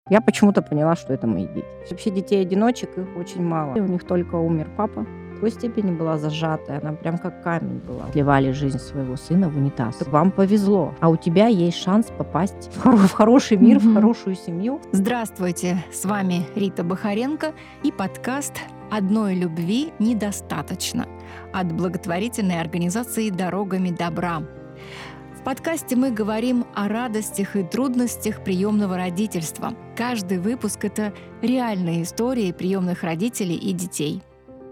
Я почему-то поняла, что это мои дети. Вообще детей-одиночек, их очень мало. У них только умер папа. В такой степени была зажатая, она прям как камень была. Вливали жизнь своего сына в унитаз. Вам повезло, а у тебя есть шанс попасть в хороший мир, в Мгм. хорошую семью. Здравствуйте, с вами Рита Бахаренко и подкаст «Одной любви недостаточно» от благотворительной организации «Дорогами добра». В подкасте мы говорим о радостях и трудностях приемного родительства. Каждый выпуск – это реальные истории приемных родителей и детей.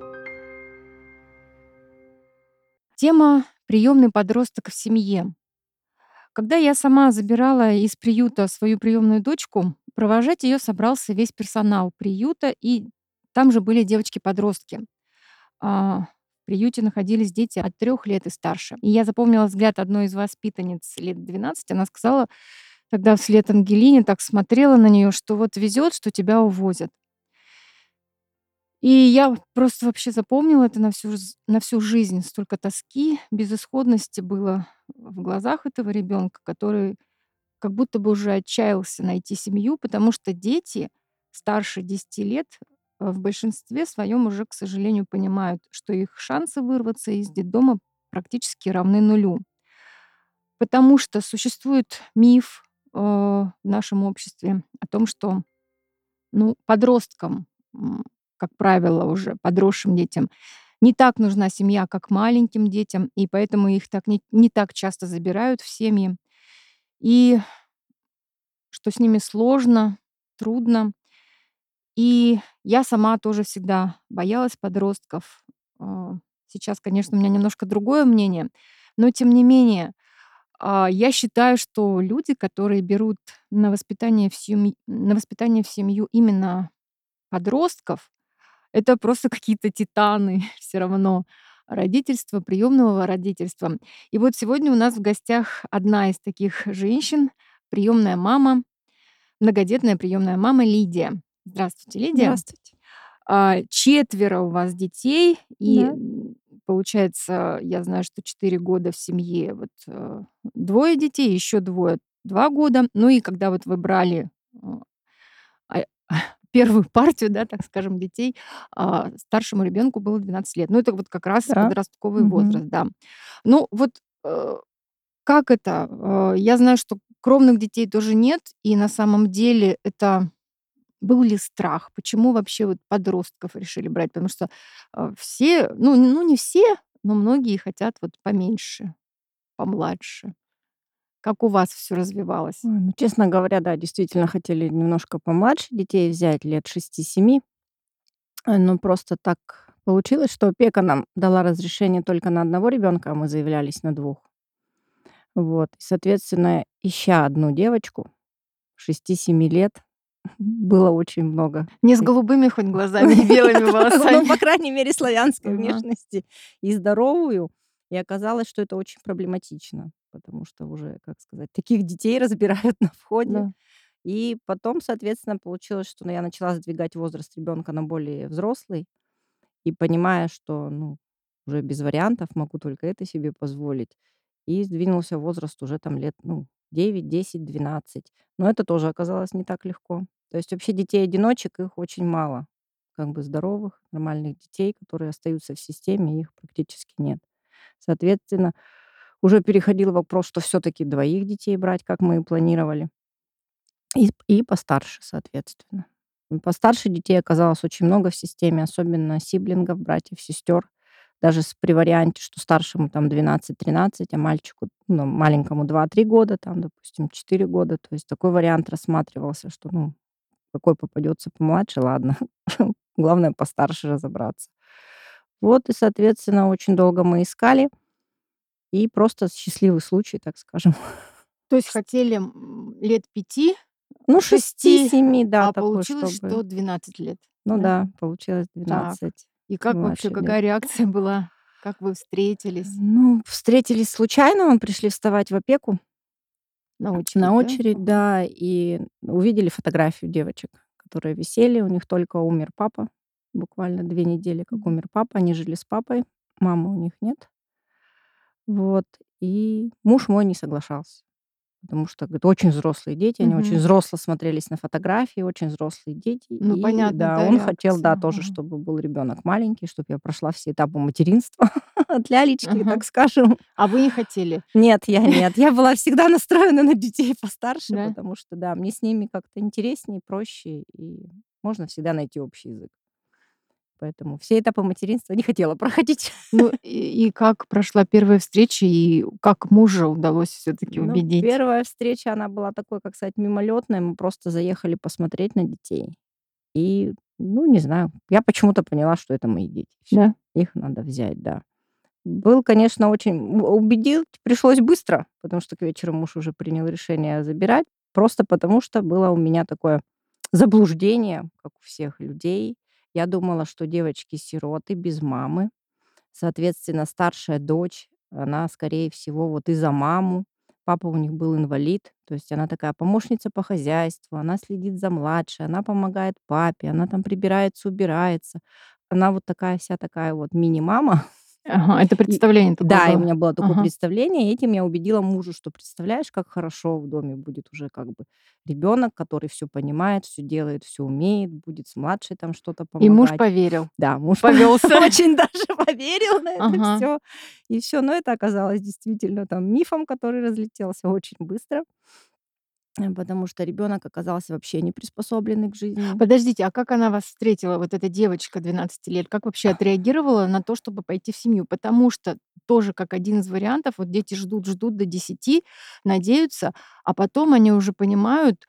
Тема «Приемный подросток в семье». Когда я сама забирала из приюта свою приемную дочку, провожать ее собрался весь персонал приюта, и там же были девочки-подростки. В приюте находились дети от 3 лет и старше. И я запомнила взгляд одной из воспитанниц лет 12. Она сказала тогда вслед Ангелине, так смотрела на нее, что вот везет, что тебя увозят. И я просто вообще запомнила это на всю жизнь. Столько тоски, безысходности было в глазах этого ребенка, который как будто бы уже отчаялся найти семью, потому что дети старше 10 лет в большинстве своем уже, к сожалению, понимают, что их шансы вырваться из детдома практически равны нулю. Потому что существует миф в нашем обществе о том, что подросткам, как правило, уже подросшим детям, не так нужна семья, как маленьким детям, и поэтому их так не так часто забирают в семьи. И что с ними сложно, трудно. И я сама тоже всегда боялась подростков. А, Сейчас, конечно, у меня немножко другое мнение, но тем не менее, я считаю, что люди, которые берут на воспитание в семью именно подростков, это просто какие-то титаны все равно родительства, приемного родительства. И вот сегодня у нас в гостях одна из таких женщин, приемная мама, многодетная приемная мама Лидия. Здравствуйте, Лидия. Здравствуйте. 4 у вас детей, и, Да. получается, я знаю, что 4 года в семье, вот, 2 детей, еще двое 2 года. Ну и когда вот вы брали, а, 1 партию, да, так скажем, детей, старшему ребенку было 12 лет. Ну, это вот как раз Да. подростковый Мгм. возраст, да. Ну вот, как это? Я знаю, что кровных детей тоже нет, и на самом деле это был ли страх? Почему вообще вот подростков решили брать? Потому что, все, не все, но многие хотят вот поменьше, помладше. Как у вас все развивалось? Ой, ну, честно говоря, да, действительно хотели немножко помладше детей взять, лет 6-7. Но просто так получилось, что опека нам дала разрешение только на одного ребенка, а мы заявлялись на двух. Вот. И, соответственно, ища одну девочку 6-7 лет, было очень много Не с таких, голубыми хоть глазами и белыми ну, волосами? по крайней мере, славянской Ага. внешности и здоровую. И оказалось, что это очень проблематично, потому что уже, как сказать, таких детей разбирают на входе. Да. И потом, соответственно, получилось, что, ну, я начала сдвигать возраст ребенка на более взрослый. И понимая, что, ну, уже без вариантов, могу только это себе позволить. И сдвинулся возраст уже там лет, ну, 9, 10, 12. Но это тоже оказалось не так легко. То есть вообще детей-одиночек, их очень мало. Как бы здоровых, нормальных детей, которые остаются в системе, их практически нет. Соответственно, уже переходил вопрос, что все таки двоих детей брать, как мы и планировали, и постарше, соответственно. Постарше детей оказалось очень много в системе, особенно сиблингов, братьев, сестер. Даже при варианте, что старшему там 12-13, а мальчику, ну, маленькому 2-3 года, там, допустим, 4 года. То есть такой вариант рассматривался, что, ну, какой попадется помладше, ладно. Главное постарше разобраться. Вот и, соответственно, очень долго мы искали, и просто счастливый случай, так скажем. То есть хотели, лет 5, Ну, 6, 6-7, да, а такой, получилось, чтобы. что 12 лет, Ну да? да, получилось Так. 12 И как вообще, младше лет. какая реакция была? Как вы встретились? Ну, встретились случайно, мы пришли вставать в опеку На на очередь, да? очередь, Ага. да, и увидели фотографию девочек, которые висели. У них только умер папа. Буквально 2 недели, как Мгм. умер папа. Они жили с папой, мамы у них нет. Вот. И муж мой не соглашался. потому что, говорит, очень взрослые дети, они очень Мгм. взросло смотрелись на фотографии, очень взрослые дети. Ну, И понятно, да, да, он хотел, реакция. да, тоже, Ага. чтобы был ребенок маленький, чтобы я прошла все этапы материнства от лялечки, Ага. так скажем. А вы не хотели? Нет, я нет. Я была всегда настроена на детей постарше, Да? потому что, да, мне с ними как-то интереснее, проще, и можно всегда найти общий язык. Поэтому все этапы материнства не хотела проходить. Ну и как прошла первая встреча, и как мужа удалось все таки Ну, убедить? первая встреча, она была такой, как сказать, мимолетной. Мы просто заехали посмотреть на детей. И, ну, не знаю, я почему-то поняла, что это мои дети. Всё, Да? их надо взять, да. Был, конечно, очень убедить пришлось быстро, потому что к вечеру муж уже принял решение забирать. Просто потому, что было у меня такое заблуждение, как у всех людей. Я думала, что девочки-сироты без мамы. Соответственно, старшая дочь, она, скорее всего, вот и за маму. Папа у них был инвалид, то есть она такая помощница по хозяйству, она следит за младшей, она помогает папе, она там прибирается, убирается. Она вот такая вся такая вот мини-мама. Ага, это И представление такое да, и у было. меня было такое Ага. представление, и этим я убедила мужа, что представляешь, как хорошо в доме будет уже как бы ребенок, который все понимает, все делает, все умеет, будет с младшей там что-то И муж помогать. поверил, Да, муж повелся. очень даже поверил на это Ага. все. И все, но это оказалось действительно там мифом, который разлетелся очень быстро, потому что ребенок оказался вообще не приспособленный к жизни. Подождите, а как она вас встретила, вот эта девочка 12 лет? Как вообще отреагировала на то, чтобы пойти в семью? Потому что тоже как один из вариантов, вот дети ждут до 10, надеются, а потом они уже понимают,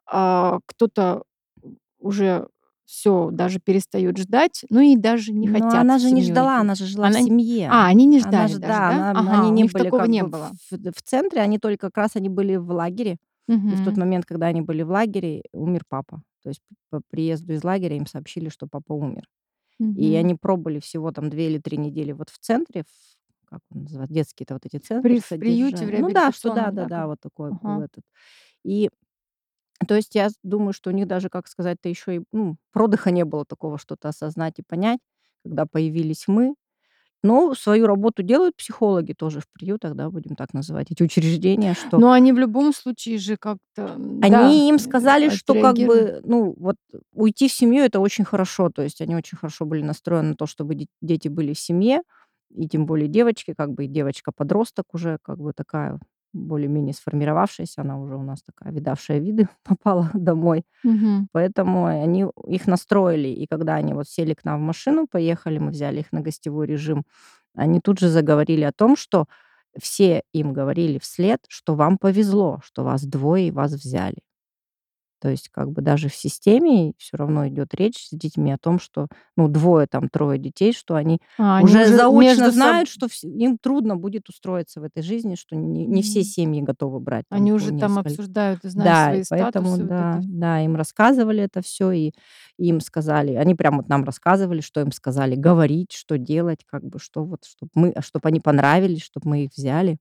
кто-то уже все даже перестает ждать, ну и даже не Но хотят она в же не семью ждала, идти. она же жила в Она семье. они не Она ждали же, даже, да, да? они Ага, у не них были такого как не бы было. в центре, они только как раз они были в лагере. И в тот Мгм. момент, когда они были в лагере, умер папа. То есть по приезду из лагеря им сообщили, что папа умер. И Мгм. они пробыли всего там 2 или 3 недели вот в центре, как он называется, детские-то вот эти центры В приюте, в содержания. Ну да, что реабилитационном, да, да-да-да, вот такой был Ага. этот. И то есть я думаю, что у них даже, как сказать-то, еще и, продыха не было такого что-то осознать и понять, когда появились мы. Но свою работу делают психологи тоже в приютах, да, будем так называть, эти учреждения, что Но они в любом случае же как-то, да, они им сказали, что как отреагируют. бы, ну, вот уйти в семью — это очень хорошо. То есть они очень хорошо были настроены на то, чтобы дети были в семье, и тем более девочки, как бы и девочка-подросток уже как бы такая более-менее сформировавшаяся, она уже у нас такая видавшая виды попала домой. Мгм. Поэтому они их настроили. И когда они вот сели к нам в машину, поехали, мы взяли их на гостевой режим, они тут же заговорили о том, что все им говорили вслед, что вам повезло, что вас двое и вас взяли. То есть как бы даже в системе все равно идет речь с детьми о том, что, ну, двое там, трое детей, что они Они уже уже заочно между знают, собой. что им трудно будет устроиться в этой жизни, что не все семьи готовы брать там Они по уже там несколько. обсуждают и знают Да, и свои поэтому статусы, вот да, это. да, им рассказывали это все и им сказали, они прям вот нам рассказывали, что им сказали говорить, что делать, как бы, что вот, чтобы они понравились, чтобы мы их взяли.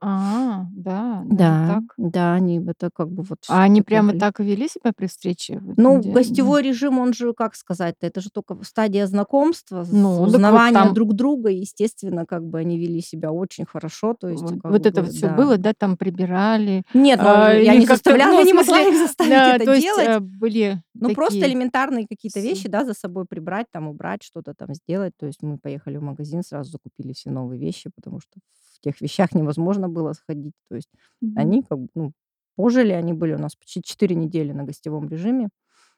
Да, даже Да, так. да, они это как бы вот А они так прямо ехали. так и вели себя при встрече? Вот Ну, где да. гостевой режим, он же, как сказать-то, это же только стадия знакомства, Ну, дак вот узнавания там друг друга. Естественно, как бы они вели себя очень хорошо, то есть вот как вот это бы, вот всё да. было, да, там прибирали, Нет, ну, я или не как-то, заставляла, ну, я в не могла смысле, их заставить это то есть, делать. были Ну, просто такие элементарные какие-то с вещи, да, за собой прибрать, там, убрать, что-то там сделать. То есть мы поехали в магазин, сразу закупили все новые вещи, потому что в тех вещах невозможно было сходить. То есть Мгм. они как бы, пожили, они были у нас почти 4 недели на гостевом режиме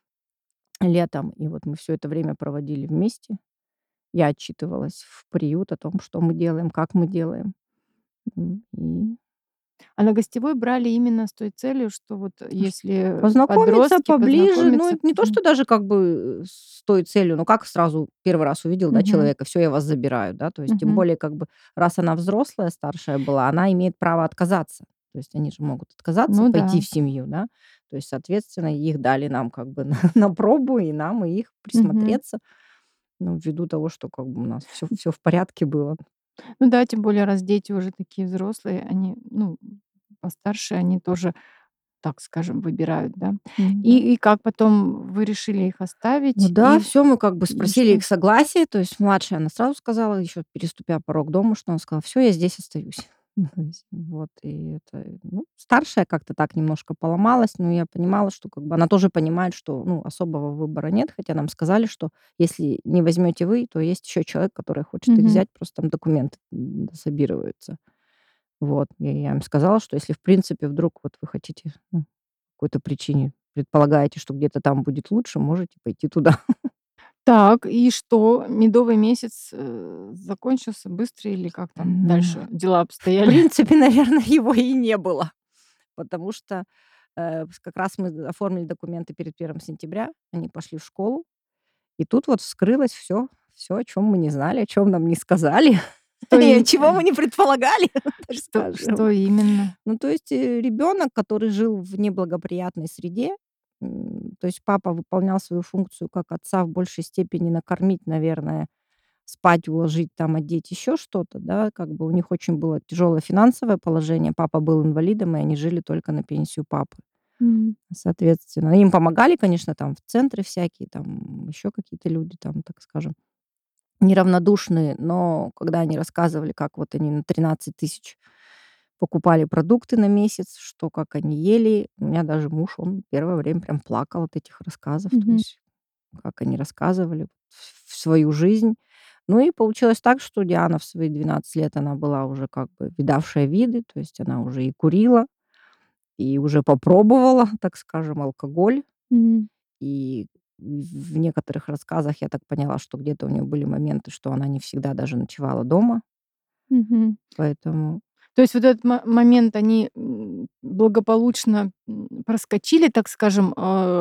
летом, и вот мы все это время проводили вместе. Я отчитывалась в приют о том, что мы делаем, как мы делаем. И А на гостевой брали именно с той целью, что вот если познакомиться подростки, поближе. Ну, познакомиться. это не то, Мгм. что даже как бы с той целью, ну, как сразу первый раз увидел, да, Мгм. человека, все, я вас забираю, да. То есть тем Мгм. более как бы раз она взрослая, старшая была, она имеет право отказаться. То есть они же могут отказаться, Ну пойти да. в семью, да. То есть, соответственно, их дали нам как бы на пробу, и нам, и их Мгм. присмотреться. Ну, ввиду того, что как бы у нас все в порядке было. Ну да, тем более, раз дети уже такие взрослые, они, ну, постарше, они тоже, так скажем, выбирают, да. Да. И как потом вы решили их Ну оставить? да, все, мы как бы И спросили что? их согласие. То есть младшая, она сразу сказала, еще переступя порог дома, что она сказала: "Все, я здесь остаюсь". То есть вот, и это, ну, старшая как-то так немножко поломалась, но я понимала, что как бы она тоже понимает, что, ну, особого выбора нет, хотя нам сказали, что если не возьмете вы, то есть еще человек, который хочет их Мгм. взять, просто там документы, дособирываются. Вот, и я им сказала, что если, в принципе, вдруг вот вы хотите, ну, по какой-то причине предполагаете, что где-то там будет лучше, можете пойти туда. Так, и что? Медовый месяц, закончился быстро или как там М, дальше дела В обстояли? принципе, наверное, его и не было, потому что, как раз мы оформили документы перед 1 сентября, они пошли в школу, и тут вот вскрылось все, о чем мы не знали, о чем нам не сказали Что и им чего мы не предполагали, так скажем. что именно? Ну, то есть, ребенок, который жил в неблагоприятной среде, то есть папа выполнял свою функцию как отца в большей степени накормить, наверное, спать, уложить, там, одеть, еще что-то, да. Как бы у них очень было тяжелое финансовое положение. Папа был инвалидом, и они жили только на пенсию папы. М. Соответственно, им помогали, конечно, там в центры всякие, там еще какие-то люди, там, так скажем, неравнодушные, но когда они рассказывали, как вот они на 13 000 покупали продукты на месяц, что, как они ели, у меня даже муж, он первое время прям плакал от этих рассказов, то Мгм. есть как они рассказывали в свою жизнь. Ну и получилось так, что Диана в свои 12 лет, она была уже как бы видавшая виды, то есть она уже и курила, и уже попробовала, так скажем, алкоголь. Мгм. И в некоторых рассказах я так поняла, что где-то у нее были моменты, что она не всегда даже ночевала дома. Мгм. Поэтому То есть вот этот момент они, благополучно, проскочили, так скажем,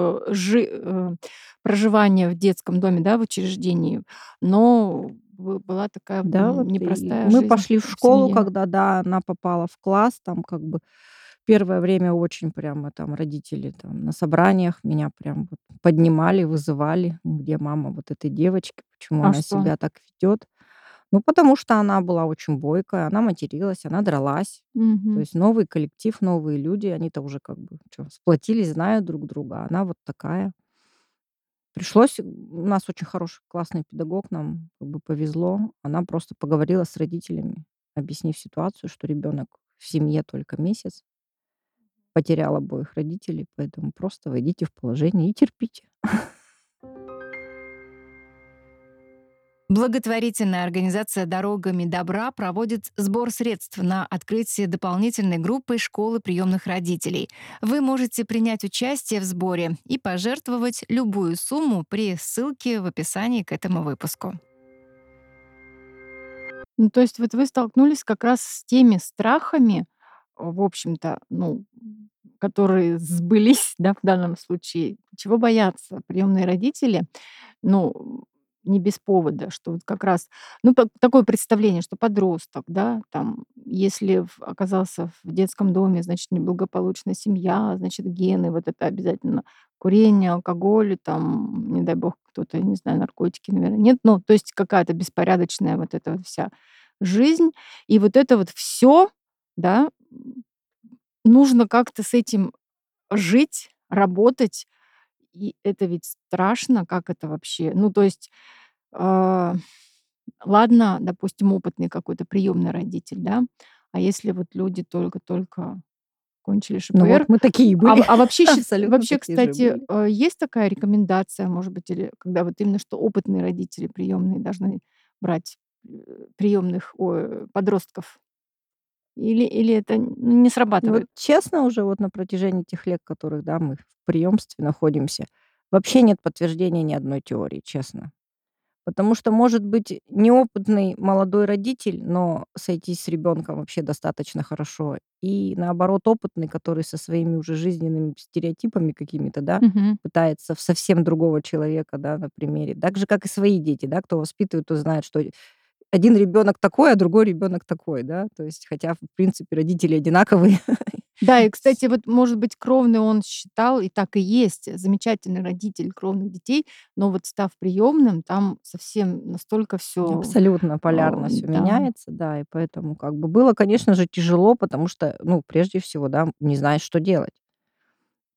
проживание в детском доме, да, в учреждении, но была такая, да, вот и непростая мы жизнь пошли в в школу, семье. когда, да, она попала в класс, там как бы первое время очень прямо там родители там на собраниях меня прям вот поднимали, вызывали: "Где мама вот этой девочки? Почему А она что? себя так ведет?" Ну, потому что она была очень бойкая, она материлась, она дралась. То Мгм. есть новый коллектив, новые люди, они-то уже как бы сплотились, знают друг друга, а она вот такая. Пришлось, у нас очень хороший, классный педагог, нам как бы повезло. Она просто поговорила с родителями, объяснив ситуацию, что ребенок в семье только месяц, потерял обоих родителей, поэтому просто войдите в положение и терпите. Благотворительная организация «Дорогами добра» проводит сбор средств на открытие дополнительной группы школы приемных родителей. Вы можете принять участие в сборе и пожертвовать любую сумму при ссылке в описании к этому выпуску. Ну, то есть вот вы столкнулись как раз с теми страхами, в общем-то, ну, которые сбылись, да, в данном случае. Чего боятся приемные родители? Ну, не без повода, что вот как раз, ну, такое представление, что подросток, да, там, если оказался в детском доме, значит, неблагополучная семья, значит, гены, вот это обязательно курение, алкоголь, там, не дай бог, кто-то, я не знаю, наркотики, наверное, нет. Ну, то есть какая-то беспорядочная вот эта вот вся жизнь. И вот это вот все, да, нужно как-то с этим жить, работать. И это ведь страшно, как это вообще? Ну, то есть, а, ладно, допустим, опытный какой-то приемный родитель, да, а если вот люди только-только кончили Ну вот ШПР. мы такие А были, вообще, абсолютно вообще, такие же кстати, были. есть такая рекомендация, может быть, или когда вот именно что опытные родители приемные должны брать, приемных, подростков? Или это не Ну вот срабатывает? честно, уже вот на протяжении тех лет, которых, да, мы в приемстве находимся, вообще нет подтверждения ни одной теории, честно. Потому что может быть неопытный молодой родитель, но сойтись с ребенком вообще достаточно хорошо. И наоборот, опытный, который со своими уже жизненными стереотипами какими-то, да, Мгм. пытается в совсем другого человека, да, на примере. Так же, как и свои дети, да, кто воспитывает, то знает, что один ребенок такой, а другой ребенок такой, да. То есть, хотя, в принципе, родители одинаковые. Да, и, кстати, вот, может быть, кровный он считал, и так и есть, замечательный родитель кровных детей, но вот став приемным, там совсем настолько все, Абсолютно полярно все да. меняется, да, и поэтому как бы было, конечно же, тяжело, потому что, ну, прежде всего, да, не знаешь, что делать.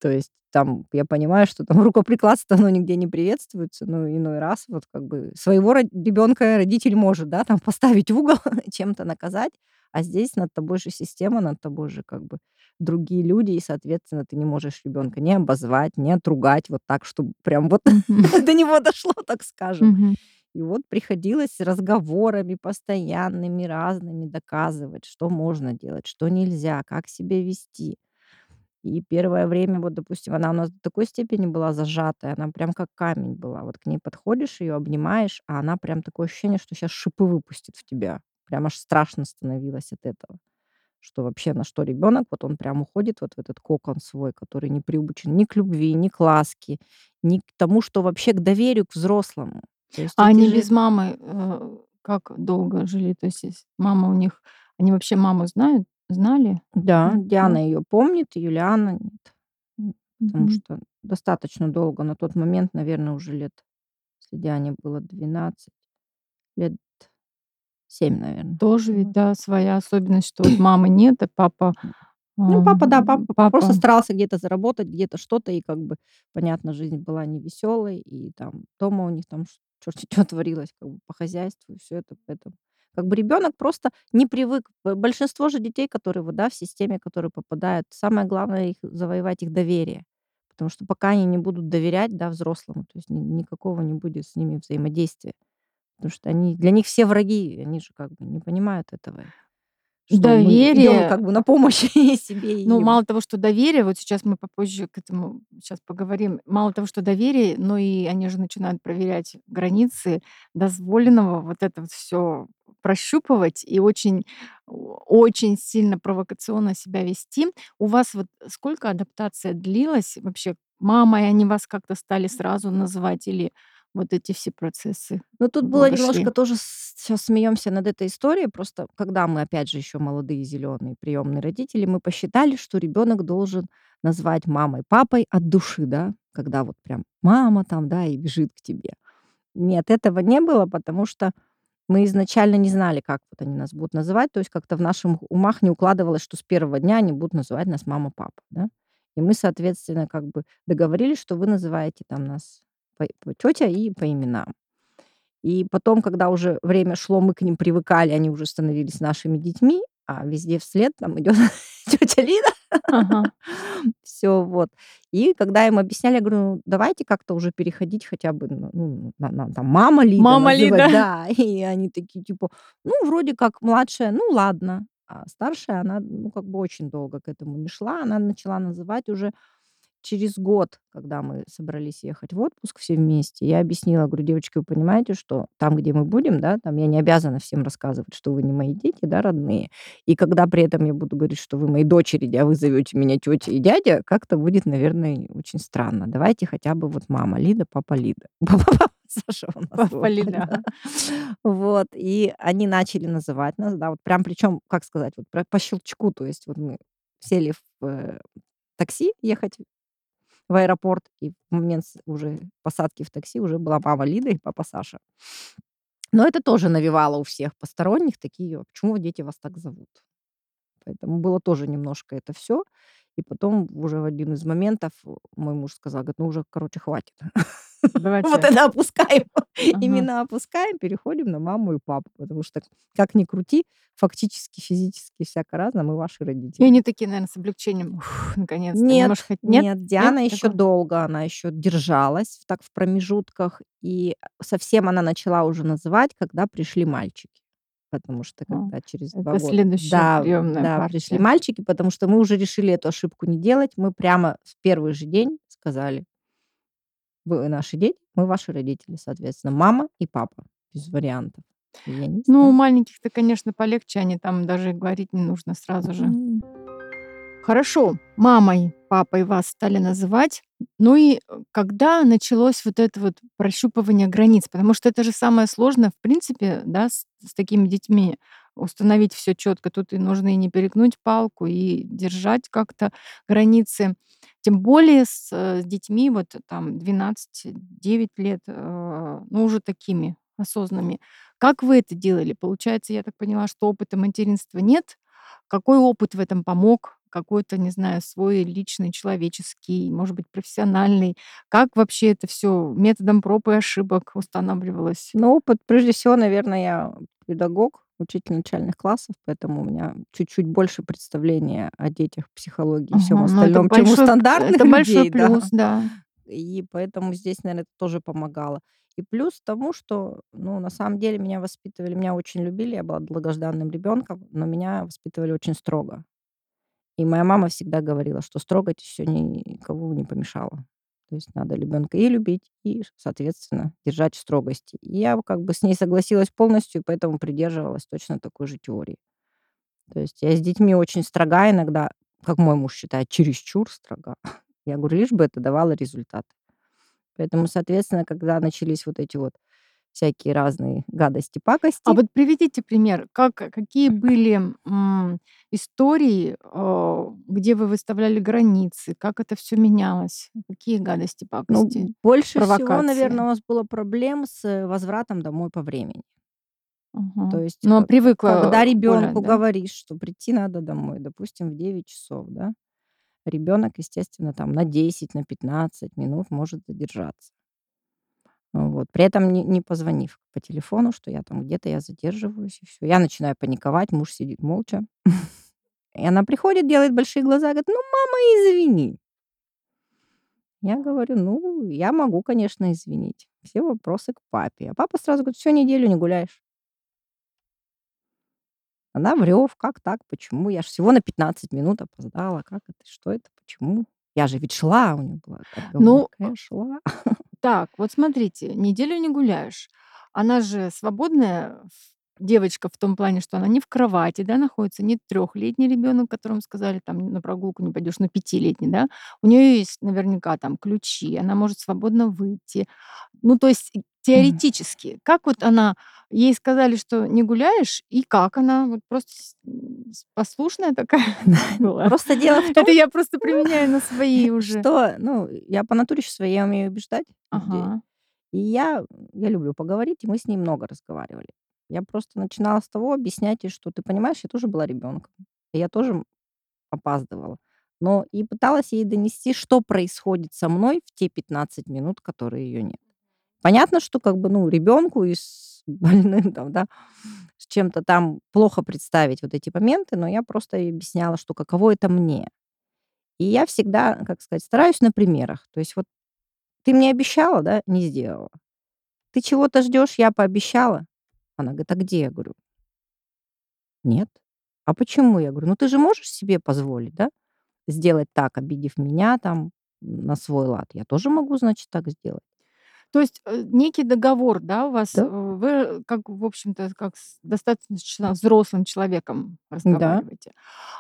То есть там я понимаю, что там рукоприкладство, оно нигде не приветствуется, но иной раз вот как бы своего ребенка родитель может, да, там поставить в угол, чем-то наказать, а здесь над тобой же система, над тобой же как бы другие люди, и, соответственно, ты не можешь ребенка не обозвать, не отругать вот так, чтобы прям вот Мгм. до него дошло, так скажем. Мгм. И вот приходилось разговорами постоянными, разными доказывать, что можно делать, что нельзя, как себя вести. И первое время, вот, допустим, она у нас до такой степени была зажатая, она прям как камень была. Вот к ней подходишь, ее обнимаешь, а она прям такое ощущение, что сейчас шипы выпустит в тебя. Прям аж страшно становилось от этого. Что вообще, на что ребенок, вот он прям уходит вот в этот кокон свой, который не приучен ни к любви, ни к ласке, ни к тому, что вообще к доверию к взрослому. То есть А эти они же без мамы, как долго жили? То есть мама у них они вообще маму знают? Знали? Да, Да? Диана ее помнит, Юлиана нет. Потому Мгм. что достаточно долго, на тот момент, наверное, уже лет, если Диане было 12, лет 7, наверное. Тоже ведь, Вот. да, своя особенность, что вот мамы нет, а папа, Ну, папа, да, папа просто папа старался где-то заработать, где-то что-то, и как бы, понятно, жизнь была невеселой, и там дома у них там черти чё творилось, как бы по хозяйству, и все это. Поэтому как бы ребенок просто не привык. Большинство же детей, которые вот, да, в системе, которые попадают, самое главное их завоевать их доверие. Потому что пока они не будут доверять, да, взрослому, то есть никакого не будет с ними взаимодействия. Потому что они для них все враги, они же как бы не понимают этого, что мы идем доверие. как бы на помощь и себе, и Ну, им. мало того, что доверие, вот сейчас мы попозже к этому сейчас поговорим. Мало того, что доверие, но и они же начинают проверять границы дозволенного, вот это вот всё прощупывать и очень сильно провокационно себя вести. У вас вот сколько адаптация длилась вообще? Мамой они вас как-то стали сразу называть или вот эти все процессы Но тут было долго шли? немножко тоже, сейчас смеемся над этой историей. Просто когда мы, опять же, еще молодые, зеленые, приемные родители, мы посчитали, что ребенок должен назвать мамой, папой от души, да, когда вот прям мама там, да, и бежит к тебе. Нет, этого не было, потому что мы изначально не знали, как вот они нас будут называть. То есть как-то в наших умах не укладывалось, что с первого дня они будут называть нас мама, папа, да. И мы, соответственно, как бы договорились, что вы называете там нас тетя и по именам. И потом, когда уже время шло, мы к ним привыкали, они уже становились нашими детьми, а везде вслед там идет тетя Лида. Ага. Все вот. И когда им объясняли, я говорю: "Ну, давайте как-то уже переходить хотя бы на там мама Лида Мама Ли, называть". да? Да, и они такие типа: "Ну, вроде как младшая, ну ладно". А старшая, она, ну, как бы очень долго к этому не шла. Она начала называть уже через год, когда мы собрались ехать в отпуск все вместе. Я объяснила, говорю: "Девочки, вы понимаете, что там, где мы будем, да, там я не обязана всем рассказывать, что вы не мои дети, да, родные. И когда при этом я буду говорить, что вы мои дочери, а вы зовете меня тетя и дядя, как-то будет, наверное, очень странно. Давайте хотя бы вот мама Лида, папа Лида". Папа Саша у нас Папа был, Ли, да. да. Вот, и они начали называть нас, да, вот прям причем, как сказать, вот по щелчку. То есть вот мы сели в, такси ехать в аэропорт, и в момент уже посадки в такси уже была мама Лида и папа Саша. Но это тоже навевало у всех посторонних такие: "А почему дети вас так зовут?" Поэтому было тоже немножко это все. И потом уже в один из моментов мой муж сказал, говорит: "Ну уже, короче, хватит. Вот Давайте. это опускаем, Ага. имена опускаем, переходим на маму и папу, потому что, как ни крути, фактически, физически, всяко разно, мы ваши И родители". они такие, наверно, с облегчением: "Уф, наконец-то Нет, немножко". Нет? нет, Нет Диана еще такого? долго, она еще держалась так в промежутках, и совсем она начала уже называть, когда пришли мальчики. Потому что А, когда через 2 это года, следующая да, приемная да, пришли партия. мальчики, потому что мы уже решили эту ошибку не делать. Мы прямо в первый же день сказали: "Вы наши дети, мы ваши родители". Соответственно, мама и папа, без вариантов. И они Ну, у стали. маленьких-то, конечно, полегче, они там даже и говорить не нужно сразу же. М. Хорошо, мамой, папой вас стали называть. Ну и, когда началось вот это вот прощупывание границ? Потому что это же самое сложное, в принципе, да, с такими детьми установить все четко. Тут и нужно и не перегнуть палку, и держать как-то границы. Тем более с детьми вот там 12-9 лет, ну, уже такими осознанными. Как вы это делали? Получается, я так поняла, что опыта материнства нет. Какой опыт в этом помог? какой-то, не знаю, свой личный, человеческий, может быть, профессиональный? Как вообще это все методом проб и ошибок устанавливалось? Но опыт, прежде всего, наверное, я педагог, учитель начальных классов, поэтому у меня чуть-чуть больше представления о детях, психологии и всем Ага, ну остальном, чем у стандартных это большой людей, да. плюс, да. И поэтому здесь, наверное, это тоже помогало. И плюс тому, что, ну, на самом деле меня воспитывали, меня очень любили, я была долгожданным ребенком, но меня воспитывали очень строго. И моя мама всегда говорила, что строгость еще никого не помешала. То есть надо ребенка и любить, и, соответственно, держать в строгости. И я как бы с ней согласилась полностью, и поэтому придерживалась точно такой же теории. То есть я с детьми очень строга иногда, как мой муж считает, чересчур строга. Я говорю, лишь бы это давало результат. Поэтому, соответственно, когда начались вот эти вот всякие разные гадости, А пакости, вот приведите пример, какие были, истории, где вы выставляли границы, как это все менялось? Какие гадости, пакости, ну, больше всего, наверное, провокации? у нас было проблем с возвратом домой по времени. То Ага. есть, Ну, а когда привыкла ребенку гулять, да? говоришь, что прийти надо домой, допустим, в 9 часов, да, ребенок, естественно, там на 10, на 15 минут может задержаться. Вот. При этом не позвонив по телефону, что я там где-то я задерживаюсь, и все. Я начинаю паниковать, муж сидит молча. И она приходит, делает большие глаза, говорит: "Ну, мама, извини". Я говорю: "Ну, я могу, конечно, извинить. Все вопросы к папе". А папа сразу говорит: "Всю неделю не гуляешь". Она врёт: "Как так? Почему? Я ж всего на 15 минут опоздала. Как это? Что это? Почему? Я же ведь шла". У неё была Ну, отговорка: "Я шла". так, вот смотрите, неделю не гуляешь. Она же свободная девочка в том плане, что она не в кровати, да, находится, не трехлетний ребенок, которому сказали, там, на прогулку не пойдешь, но пятилетний, да. У нее есть наверняка там ключи, она может свободно выйти. Ну, то есть Мгм. теоретически, как вот она, ей сказали, что не гуляешь, и как она вот просто послушная такая была? Просто дело в том, Это я просто применяю на свои уже. что, ну, я по натуре ещё своей, я умею убеждать людей. Ага. И я люблю поговорить, и мы с ней много разговаривали. Я просто начинала с того объяснять ей, что ты понимаешь, я тоже была ребенком, и я тоже опаздывала. Но и пыталась ей донести, что происходит со мной в те 15 минут, которые ее нет. Понятно, что как бы, ну, ребенку и с больным там, да, с чем-то там плохо представить вот эти моменты, но я просто ей объясняла, что каково это мне. И я всегда, как сказать, стараюсь на примерах. То есть вот ты мне обещала, да, не сделала. Ты чего-то ждешь, я пообещала. Она говорит: "А где?" Я говорю: "Нет". "А почему?" Я говорю: "Ну, ты же можешь себе позволить, да, сделать так, обидев меня там на свой лад. Я тоже могу, значит, так сделать". То есть, некий договор, да, у вас, Да, вы как, в общем-то, как с достаточно взрослым человеком да. разговариваете.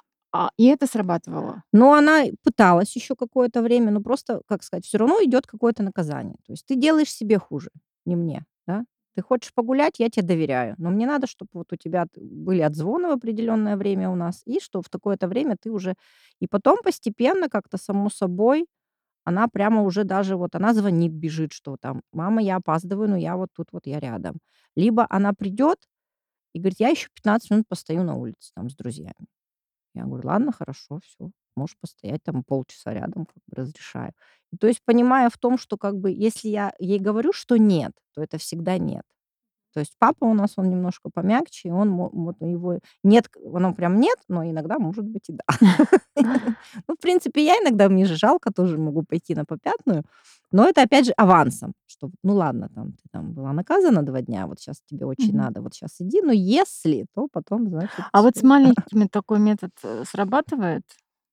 И это срабатывало? Но она и пыталась еще какое-то время, но просто, как сказать, все равно идет какое-то наказание. То есть ты делаешь себе хуже, не мне, да. Ты хочешь погулять, я тебе доверяю, но мне надо, чтобы вот у тебя были отзвоны в определенное время у нас, и что в такое-то время ты уже. И потом постепенно, как-то само собой, она прямо уже даже вот она звонит, бежит, что там: "Мама, я опаздываю, но я вот тут вот, я рядом". Либо она придет и говорит: "Я еще 15 минут постою на улице там с друзьями". Я говорю: "Ладно, хорошо, все, можешь постоять там полчаса рядом, как бы разрешаю". И то есть понимая в том, что как бы если я ей говорю, что нет, то это всегда нет. То есть папа у нас, он немножко помягче, и он вот у него нет, оно прям нет, но иногда может быть и да. Ну, в принципе, я иногда, мне же жалко, тоже могу пойти на попятную, но это опять же авансом, что ну ладно, там ты там была наказана 2 дня, вот сейчас тебе очень Мгм. надо, вот сейчас иди, но если, то потом, значит, А вот с все маленькими такой метод, срабатывает?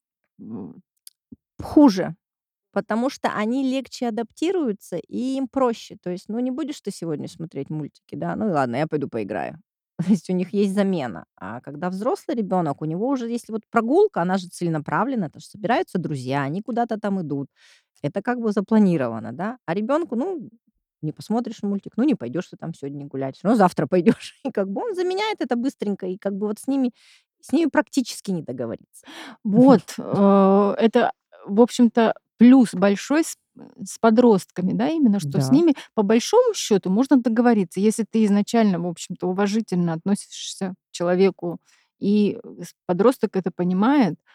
М. хуже. Потому что они легче адаптируются, и им проще. То есть, ну, не будешь ты сегодня смотреть мультики, да? Ну и ладно, я пойду поиграю. То есть у них есть замена. А когда взрослый ребенок, у него уже, если вот прогулка, она же целенаправлена, это же собираются друзья, они куда-то там идут. Это как бы запланировано, да? А ребенку, ну, не посмотришь мультик, ну, не пойдешь ты там сегодня гулять, всё равно завтра пойдешь. И как бы он заменяет это быстренько, и как бы вот с ними практически не договориться. Вот, это, в общем-то, плюс большой с подростками, да, именно что с Да. ними по большому счету можно договориться. Если ты изначально, в общем-то, уважительно относишься к человеку, и подросток это понимает,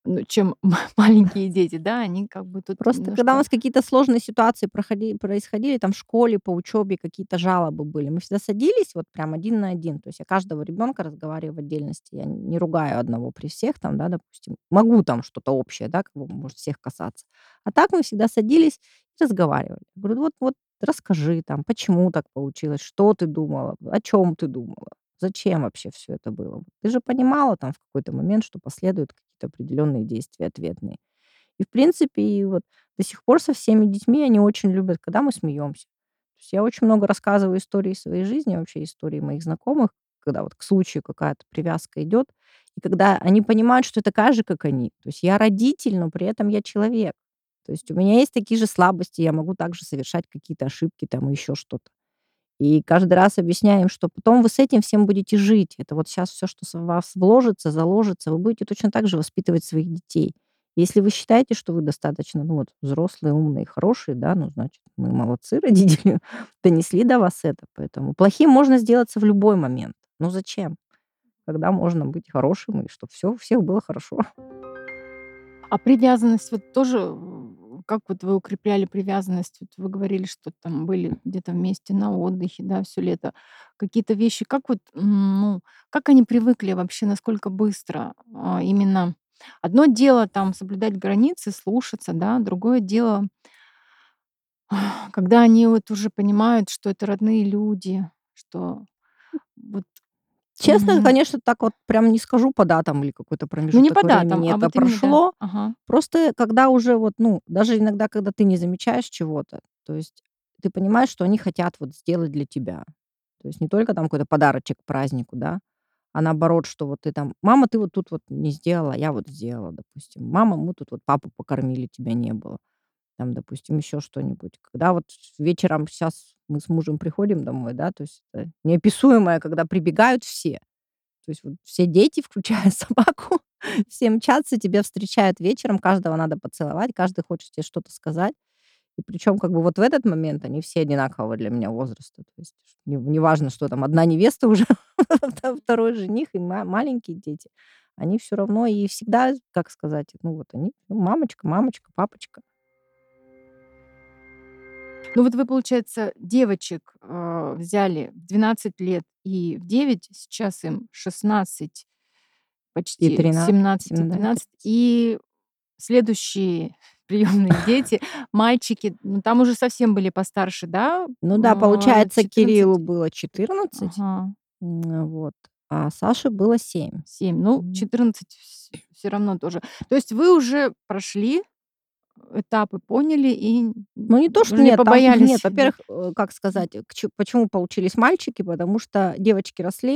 ну, чем маленькие дети, да, они как бы тут Просто когда у немножко. нас какие-то сложные ситуации происходили там в школе, по учебе, какие-то жалобы были, мы всегда садились вот прям один на один. То есть я каждого ребенка разговариваю в отдельности. Я не ругаю одного при всех там, да, допустим. Могу там что-то общее, да, кого может всех касаться. А так мы всегда садились и разговаривали. Говорю: "Вот расскажи там, почему так получилось, что ты думала, о чем ты думала, зачем вообще все это было? Ты же понимала там в какой-то момент, что последуют какие-то определенные действия ответные". И, в принципе, и вот до сих пор со всеми детьми они очень любят, когда мы смеемся. То есть я очень много рассказываю историй своей жизни, вообще истории моих знакомых, когда вот к случаю какая-то привязка идет, и когда они понимают, что я такая же, как они. То есть я родитель, но при этом я человек. То есть у меня есть такие же слабости, я могу также совершать какие-то ошибки там и еще что-то. И каждый раз объясняем, что потом вы с этим всем будете жить. Это вот сейчас все, что в вас вложится, заложится, вы будете точно так же воспитывать своих детей. Если вы считаете, что вы достаточно, ну, вот взрослые, умные, хорошие, да, ну, значит, мы молодцы, родители, донесли до вас это. Поэтому плохим можно сделаться в любой момент. Ну, зачем? Когда можно быть хорошим, и чтобы все у всех было хорошо. А привязанность вот тоже, как вот вы укрепляли привязанность? Вот вы говорили, что там были где-то вместе на отдыхе, да, все лето. Какие-то вещи, как вот, ну, как они привыкли вообще, насколько быстро? Именно одно дело там соблюдать границы, слушаться, да, другое дело, когда они вот уже понимают, что это родные люди, что вот, Честно, м, конечно, так вот прям не скажу по датам или какой-то ну, не по промежуток датам, времени а это вот именно, да. прошло. Ага. Просто когда уже вот, ну, даже иногда, когда ты не замечаешь чего-то, то есть ты понимаешь, что они хотят вот сделать для тебя. То есть не только там какой-то подарочек к празднику, да, а наоборот, что вот ты там: "Мама, ты вот тут вот не сделала, а я вот сделала", допустим. "Мама, мы тут вот папу покормили, тебя не было". Там, допустим, еще что-нибудь. Когда вот вечером сейчас мы с мужем приходим домой, да, то есть это неописуемое, когда прибегают все. То есть вот все дети, включая собаку, все мчатся, тебя встречают вечером, каждого надо поцеловать, каждый хочет тебе что-то сказать. И причем как бы вот в этот момент они все одинакового для меня возраста. То есть неважно, что там одна невеста уже, второй жених и маленькие дети. Они все равно и всегда, как сказать, ну вот они, ну, мамочка, мамочка, папочка. Ну вот вы, получается, девочек, взяли в 12 лет и в 9, сейчас им 16, И почти 13, 17 и 17, 13. И следующие приемные дети, мальчики, ну, там уже совсем были постарше, да? Ну да, получается, 14, Кириллу было 14, ага, вот, а Саше было 7. 7, ну, Мгм. 14 все равно тоже. То есть вы уже прошли этапы, поняли и Ну, не то, что уже не нет, там нет. побоялись, да? Во-первых, как сказать, почему получились мальчики, потому что девочки росли,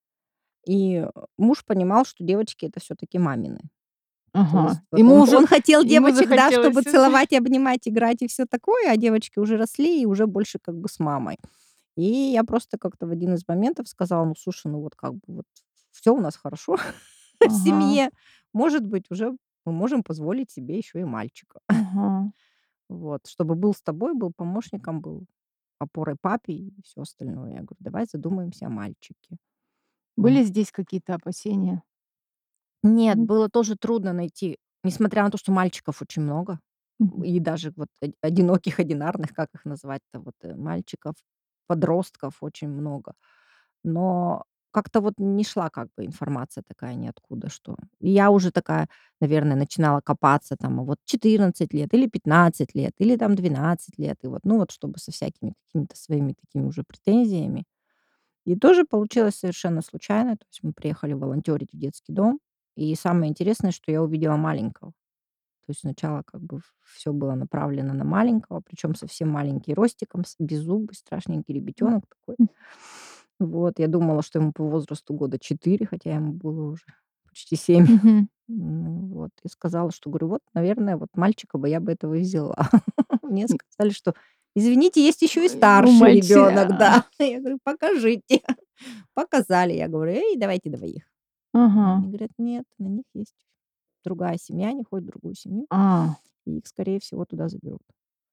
и муж понимал, что девочки — это все таки мамины. То есть Ага. вот он хотел Ему девочек, да, чтобы захотелось уже. целовать, обнимать, играть и все такое, а девочки уже росли и уже больше как бы с мамой. И я просто как-то в один из моментов сказала: "Ну, слушай, ну вот как бы вот всё у нас хорошо в Ага, семье. Может быть, уже мы можем позволить себе еще и мальчика". ага. Вот, чтобы был с тобой, был помощником, был опорой папе и все остальное. Я говорю: "Давай задумаемся о мальчике". Были здесь какие-то опасения? Нет, Нет? было тоже трудно найти, несмотря на то, что мальчиков очень много, Мгм. и даже вот одиноких, одинарных, как их назвать-то, вот, мальчиков, подростков очень много. Но как-то вот не шла как бы информация такая ниоткуда, что и я уже такая, наверное, начинала копаться там, а вот 14 лет или 15 лет, или там 12 лет, и вот, ну вот чтобы со всякими какими-то своими такими уже претензиями. И тоже получилось совершенно случайно. То есть мы приехали волонтерить в детский дом, и самое интересное, что я увидела маленького. То есть сначала как бы все было направлено на маленького, причем совсем маленький ростиком, беззубый, страшненький ребятенок такой. М. Вот, я думала, что ему по возрасту года 4, хотя ему было уже почти 7. Мгм. Вот, и сказала, что, говорю, вот, наверное, вот мальчика бы я бы этого и взяла. Мне М. сказали, что извините, есть еще и Ой, у старший ребенок, да. мальчика. Я говорю, покажите. Показали, я говорю, эй, давайте двоих. Ага. Они говорят, нет, на них есть другая семья, они ходят в другую семью, А, и их, скорее всего, туда заберут.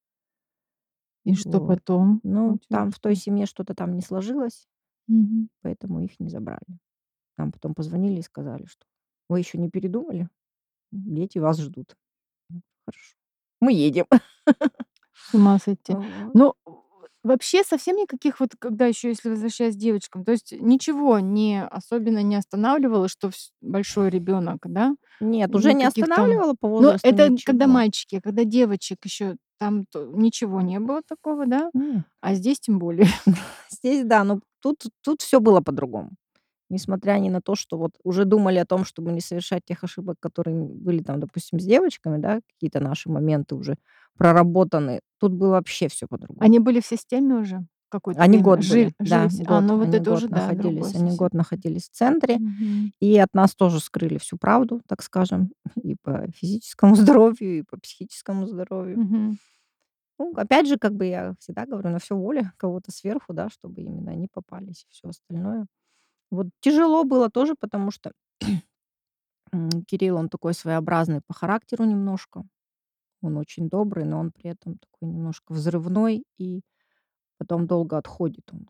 и что Вот. потом? Ну, Получается, там в той что. семье что-то там не сложилось, Мгм. поэтому их не забрали. Нам потом позвонили и сказали, что вы еще не передумали? дети вас ждут. Хорошо. Мы едем. С ума сойти. Вот. Ну, вообще совсем никаких вот, когда еще, если возвращаясь к девочкам, то есть ничего не особенно не останавливало, что большой ребенок, да? Нет, уже не Никаких там. останавливало по Но возрасту это когда ничего. мальчики, а когда девочек еще там ничего не было такого, да? Не. А здесь тем более. Здесь да, но тут все было по-другому. Несмотря ни на то, что вот уже думали о том, чтобы не совершать тех ошибок, которые были там, допустим, с девочками, да, какие-то наши моменты уже проработаны. Тут было вообще все по-другому. Они были в системе уже какое-то Они время? год были, Жили да, ну вот они это год уже, да, другое находились, они совсем. год находились в центре, Мгм. и от нас тоже скрыли всю правду, так скажем, и по физическому здоровью, и по психическому здоровью. Мгм. Ну, опять же, как бы я всегда говорю, на все воля кого-то сверху, да, чтобы именно они попались и всё остальное. Вот тяжело было тоже, потому что, Кирилл, он такой своеобразный по характеру немножко. Он очень добрый, но он при этом такой немножко взрывной и потом долго отходит он.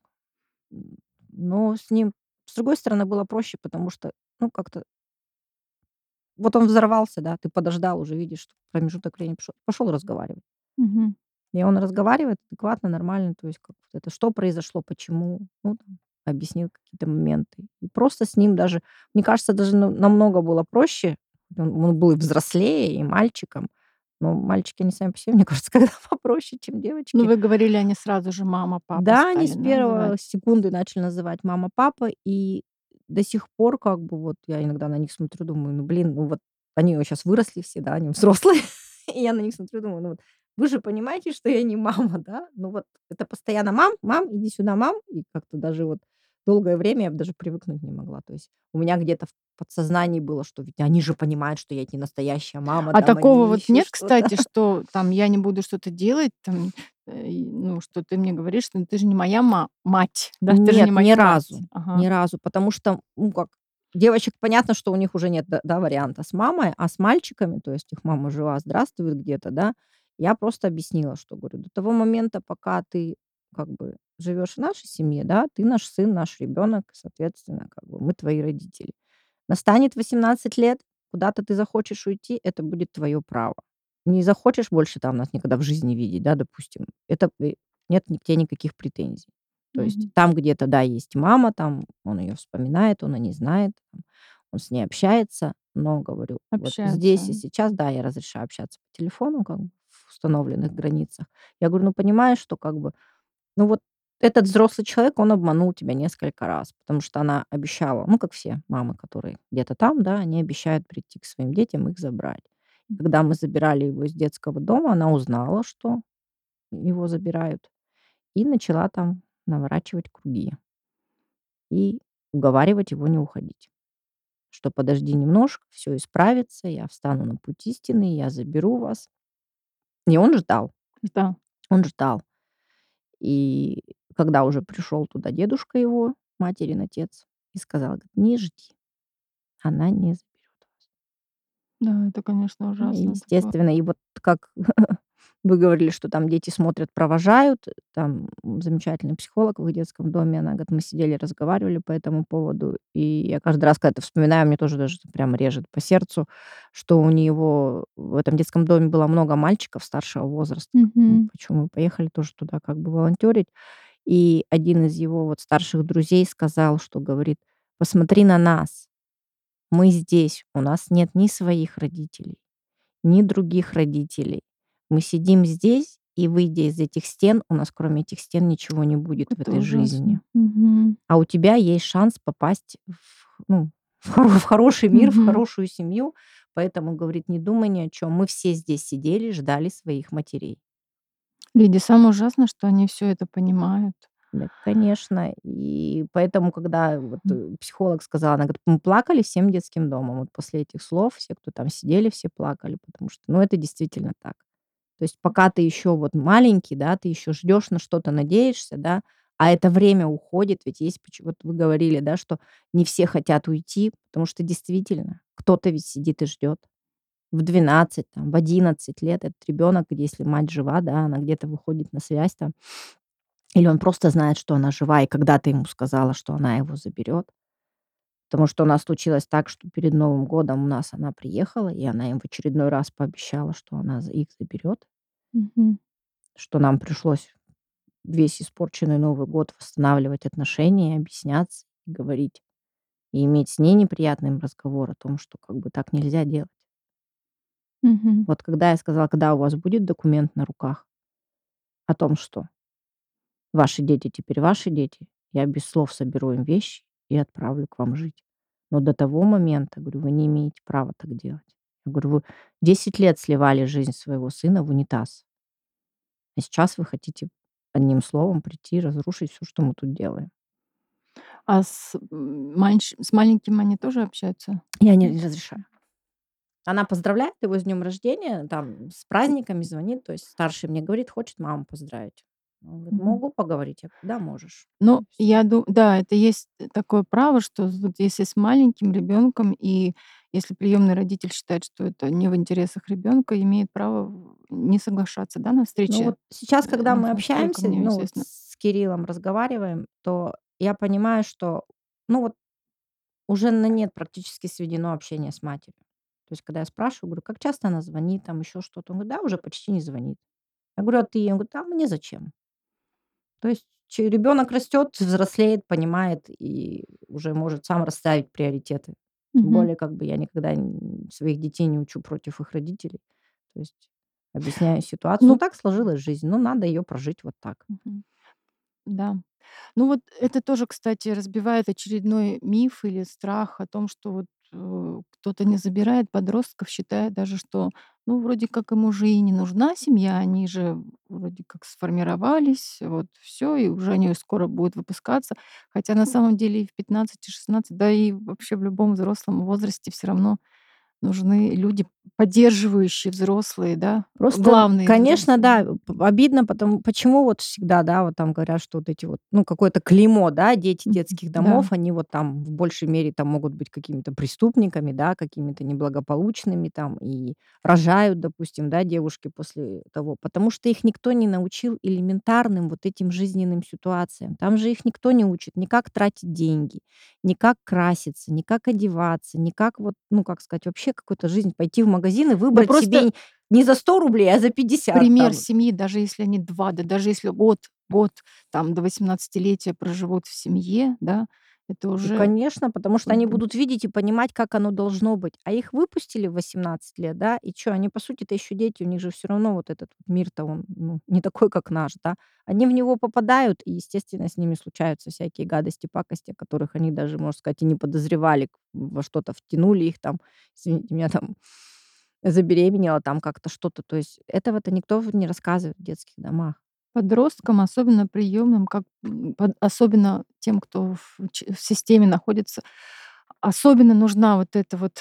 Но с ним, с другой стороны, было проще, потому что, ну, как-то вот он взорвался, да, ты подождал, уже видишь, что промежуток времени пошел разговаривать. Мгм. И он разговаривает адекватно, нормально, то есть как вот это, что произошло, почему, ну, там, объяснил какие-то моменты. И просто с ним даже, мне кажется, даже намного было проще. Он был и взрослее, и мальчиком. Но мальчики, они сами по себе, мне кажется, когда попроще, чем Ну, девочки. вы говорили, они сразу же мама, папа Да, они стали с называть. первой секунды начали называть мама, папа, и до сих пор как бы вот я иногда на них смотрю, думаю, ну, блин, ну вот они сейчас выросли все, да, они взрослые, и я на них смотрю, думаю, ну вот вы же понимаете, что я не мама, да? Ну вот это постоянно: "Мам, мам, иди сюда, мам". И как-то даже вот долгое время я даже привыкнуть не могла. То есть у меня где-то в подсознании было, что ведь они же понимают, что я не настоящая мама, А там такого они вот еще нет, что-то. кстати, что там я не буду что-то делать, там, ну, что ты мне говоришь, что ты же не моя мать, да, ты же Нет, не ни моя мать. разу, Ага. ни разу, потому что, ну, как, девочек понятно, что у них уже нет, да, варианта с мамой, а с мальчиками, то есть их мама жива, здравствует где-то, да, я просто объяснила, что, говорю, до того момента, пока ты как бы живешь в нашей семье, да, ты наш сын, наш ребенок, соответственно, как бы мы твои родители. Настанет 18 лет, куда-то ты захочешь уйти, это будет твое право. Не захочешь больше там нас никогда в жизни видеть, да, допустим, это нет к те никаких претензий. То есть Мгм. там где-то, да, есть мама, там он ее вспоминает, он о ней знает, там, он с ней общается, но, говорю, вот здесь Общаются. и сейчас, да, я разрешаю общаться по телефону, как бы в установленных границах. Я говорю, ну, понимаешь, что как бы, ну, вот этот взрослый человек, он обманул тебя несколько раз, потому что она обещала, ну, как все мамы, которые где-то там, да, они обещают прийти к своим детям, их забрать. Когда мы забирали его из детского дома, она узнала, что его забирают, и начала там наворачивать круги и уговаривать его не уходить. Что подожди немножко, все исправится, я встану на путь истины, я заберу вас. И он ждал, Да. он ждал. И когда уже пришел туда дедушка его, материн отец, и сказал, говорит: "Не жди, она не заберет вас". Да, это, конечно, И, ужасно такое. естественно, и вот как вы говорили, что там дети смотрят, провожают, там замечательный психолог в их детском доме, она говорит, мы сидели, разговаривали по этому поводу, и я каждый раз, когда это вспоминаю, мне тоже даже прямо режет по сердцу, что у него в этом детском доме было много мальчиков старшего возраста. Мгм. Почему мы поехали тоже туда как бы волонтерить. И один из его вот старших друзей сказал, что говорит: "Посмотри на нас, мы здесь, у нас нет ни своих родителей, ни других родителей. Мы сидим здесь, и, выйдя из этих стен, у нас кроме этих стен ничего не будет в Это этой жизни. ужасно. Мгм. А у тебя есть шанс попасть ну, в хороший мир, в Мгм. хорошую семью. Поэтому, говорит, не думай ни о чем. Мы все здесь сидели, ждали своих матерей". Лиди, самое ужасное, что они все это понимают. Да, конечно. И поэтому, когда вот, М. психолог сказала, она говорит: "Мы плакали всем детским домом". Вот после этих слов все, кто там сидели, все плакали, потому что, ну, это действительно так. То есть пока ты еще вот маленький, да, ты еще ждешь, на что-то надеешься, да, а это время уходит. Ведь есть вот вы говорили, да, что не все хотят уйти, потому что действительно кто-то ведь сидит и ждет. В 12 там, в 11 лет этот ребенок, если мать жива, да, она где-то выходит на связь там, или он просто знает, что она жива, и когда-то ему сказала, что она его заберет. Потому что у нас случилось так, что перед Новым годом у нас она приехала, и она им в очередной раз пообещала, что она их заберет, Мгм. что нам пришлось весь испорченный Новый год восстанавливать отношения, объясняться, говорить и иметь с ней неприятный разговор о том, что как бы так нельзя делать. Мгм. Вот когда я сказала: "Когда у вас будет документ на руках о том, что ваши дети теперь ваши дети, я без слов соберу им вещи и отправлю к вам жить. Но до того момента, говорю, вы не имеете права так делать". Я говорю: "Вы 10 лет сливали жизнь своего сына в унитаз, а сейчас вы хотите одним словом прийти и разрушить все, что мы тут делаем". А с маленьким они тоже общаются? Я не М. разрешаю. Она поздравляет его с днем рождения, там, с праздниками, звонит. То есть старший мне говорит, хочет маму поздравить. Он говорит: Мгм. "Могу поговорить?" Я говорю: "Да, можешь". Ну, И всё. я думаю, да, это есть такое право, что вот если с маленьким ребенком, и если приемный родитель считает, что это не в интересах ребенка, имеет право не соглашаться, да, на Ну встрече. вот сейчас, когда мы Насколько общаемся, мне ну вот известно. с Кириллом разговариваем, то я понимаю, что, ну вот уже на нет практически сведено общение с матерью. То есть когда я спрашиваю, говорю: "Как часто она звонит?" Там еще что-то. Он говорит: "Да, уже почти не звонит". Я говорю: "А ты?" Он говорит: "А мне зачем?" То есть ребенок растет, взрослеет, понимает и уже может сам расставить приоритеты. Тем Мгм. более, как бы я никогда своих детей не учу против их родителей. То есть объясняю ситуацию. Ну, Ну, так сложилась жизнь, ну, надо ее прожить вот так. мгм. Да. Ну вот это тоже, кстати, разбивает очередной миф или страх о том, что вот, кто-то не забирает подростков, считая даже, что, ну, вроде как им уже и не нужна семья, они же вроде как сформировались, вот все, и уже они скоро будут выпускаться. Хотя на самом деле и в 15, и 16, да и вообще в любом взрослом возрасте все равно нужны люди, поддерживающие взрослые, да, Просто, главные конечно, взрослые. да, обидно, потому почему вот всегда, да, вот там говорят, что вот эти вот, ну, какое-то клеймо, да, дети Мгм. детских Да. домов, они вот там в большей мере там могут быть какими-то преступниками, да, какими-то неблагополучными там и рожают, допустим, да, девушки после того, потому что их никто не научил элементарным вот этим жизненным ситуациям. Там же их никто не учит ни как тратить деньги, ни как краситься, ни как одеваться, ни как вот, ну, как сказать, вообще какую-то жизнь, пойти в магазин и Да выбрать просто себе не за 100 рублей, а за 50 пример там. семьи, даже если они 2, да даже если год там до 18-летия проживут в семье, да, это И, уже конечно, потому что как они бы. будут видеть и понимать, как оно должно быть. А их выпустили в 18 лет, да, и чё, они, по сути-то, еще дети, у них же все равно вот этот вот мир-то, он, ну, не такой, как наш, да. Они в него попадают, и, естественно, с ними случаются всякие гадости, пакости, о которых они даже, можно сказать, и не подозревали, во что-то втянули их там, извините меня, там, забеременела, там как-то что-то. То есть этого-то никто не рассказывает в детских домах. Подросткам, особенно приемным, как, особенно тем, кто в системе находится, особенно нужна вот эта вот,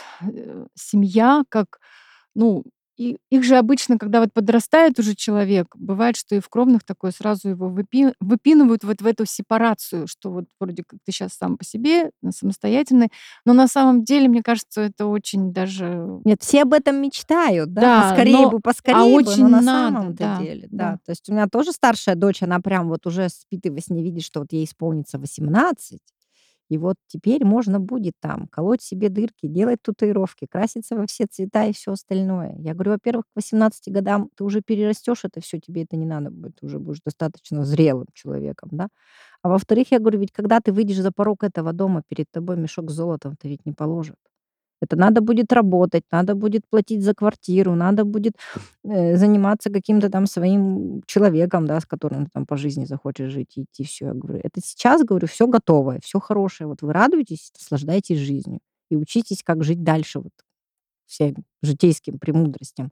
семья, как, ну, и их же обычно, когда вот подрастает уже человек, бывает, что и в кровных такое, сразу его выпинывают вот в эту сепарацию, что вот вроде как ты сейчас сам по себе, самостоятельный, но на самом деле, мне кажется, это очень даже. Нет, все об этом мечтают, да, Да, а поскорее бы, очень но на надо, самом-то да, деле, да. да. То есть у меня тоже старшая дочь, она прям вот уже спит и во сне видит, что вот ей исполнится 18, и вот теперь можно будет там колоть себе дырки, делать татуировки, краситься во все цвета и все остальное. Я говорю, во-первых, к 18 годам ты уже перерастешь это все, тебе это не надо будет, ты уже будешь достаточно зрелым человеком, да. А во-вторых, я говорю, ведь когда ты выйдешь за порог этого дома, перед тобой мешок с золотом-то ведь не положат. Это надо будет работать, надо будет платить за квартиру, надо будет, заниматься каким-то там своим человеком, да, с которым ты там по жизни захочешь жить и идти. Всё, я говорю, это сейчас, говорю, все готовое, все хорошее. Вот вы радуетесь, наслаждайтесь жизнью и учитесь, как жить дальше вот всем житейским премудростям.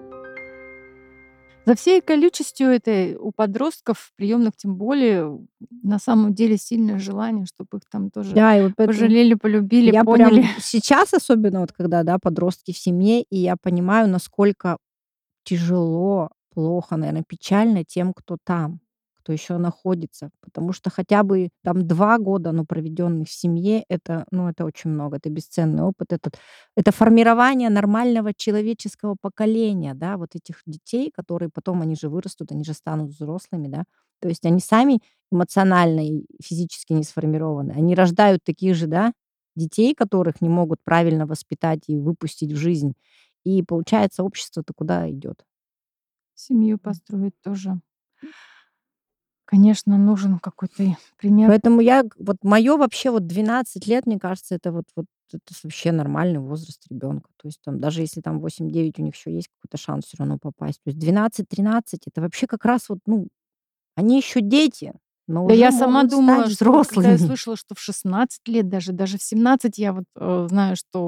За всей колючестью этой у подростков, приемных тем более, на самом деле сильное желание, чтобы их там тоже Да, и вот поэтому пожалели, полюбили, я поняли. прям сейчас, особенно вот когда, да, подростки в семье, и я понимаю, насколько тяжело, плохо, наверно, печально тем, кто там, кто еще находится. Потому что хотя бы там 2 года, но проведенных в семье — это, ну, это очень много, это бесценный опыт. Это формирование нормального человеческого поколения, да, вот этих детей, которые потом, они же вырастут, они же станут взрослыми, да. То есть они сами эмоционально и физически не сформированы. Они рождают таких же, да, детей, которых не могут правильно воспитать и выпустить в жизнь. И получается, общество-то куда идет? Семью построить тоже, конечно, нужен какой-то пример. Поэтому я вот мое вообще вот 12 лет, мне кажется, это вот это вообще нормальный возраст ребенка. То есть там даже если там 8-9 у них еще есть какой-то шанс все равно попасть. То есть 12-13 это вообще как раз вот, ну, они еще дети, но Да уже я сама могут стать думала, что когда я взрослыми. слышала, что в 16 лет, даже в 17, я вот, знаю, что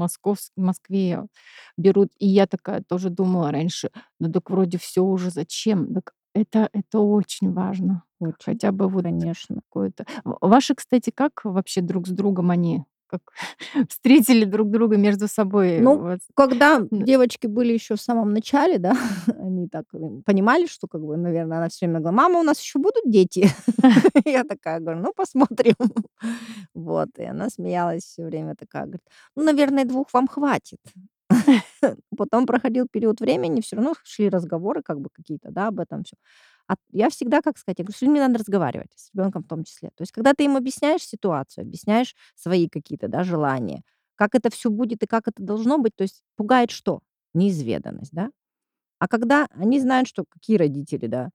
в Москве берут, и я такая тоже думала раньше: "Ну дак вроде все уже, зачем?" Дак это очень важно. Очень, Хотя бы вот конечно. какое-то ваши, кстати, как вообще друг с другом они? Как встретили друг друга между собой? У Ну, вас когда н девочки были еще в самом начале, да, они так, понимали, что, как бы, наверное, она все время говорила: "Мама, у нас еще будут дети?" Я такая говорю: "Ну, посмотрим". Вот, и она смеялась все время, такая, говорит: "Ну, наверное, 2 вам хватит". Потом проходил период времени, все равно шли разговоры как бы какие-то, да, об этом всё. Я всегда, как сказать, я говорю, с людьми надо разговаривать, с ребенком в том числе. То есть когда ты им объясняешь ситуацию, объясняешь свои какие-то, да, желания, как это все будет и как это должно быть, то есть пугает что? Неизведанность, да. А когда они знают, что какие родители, да,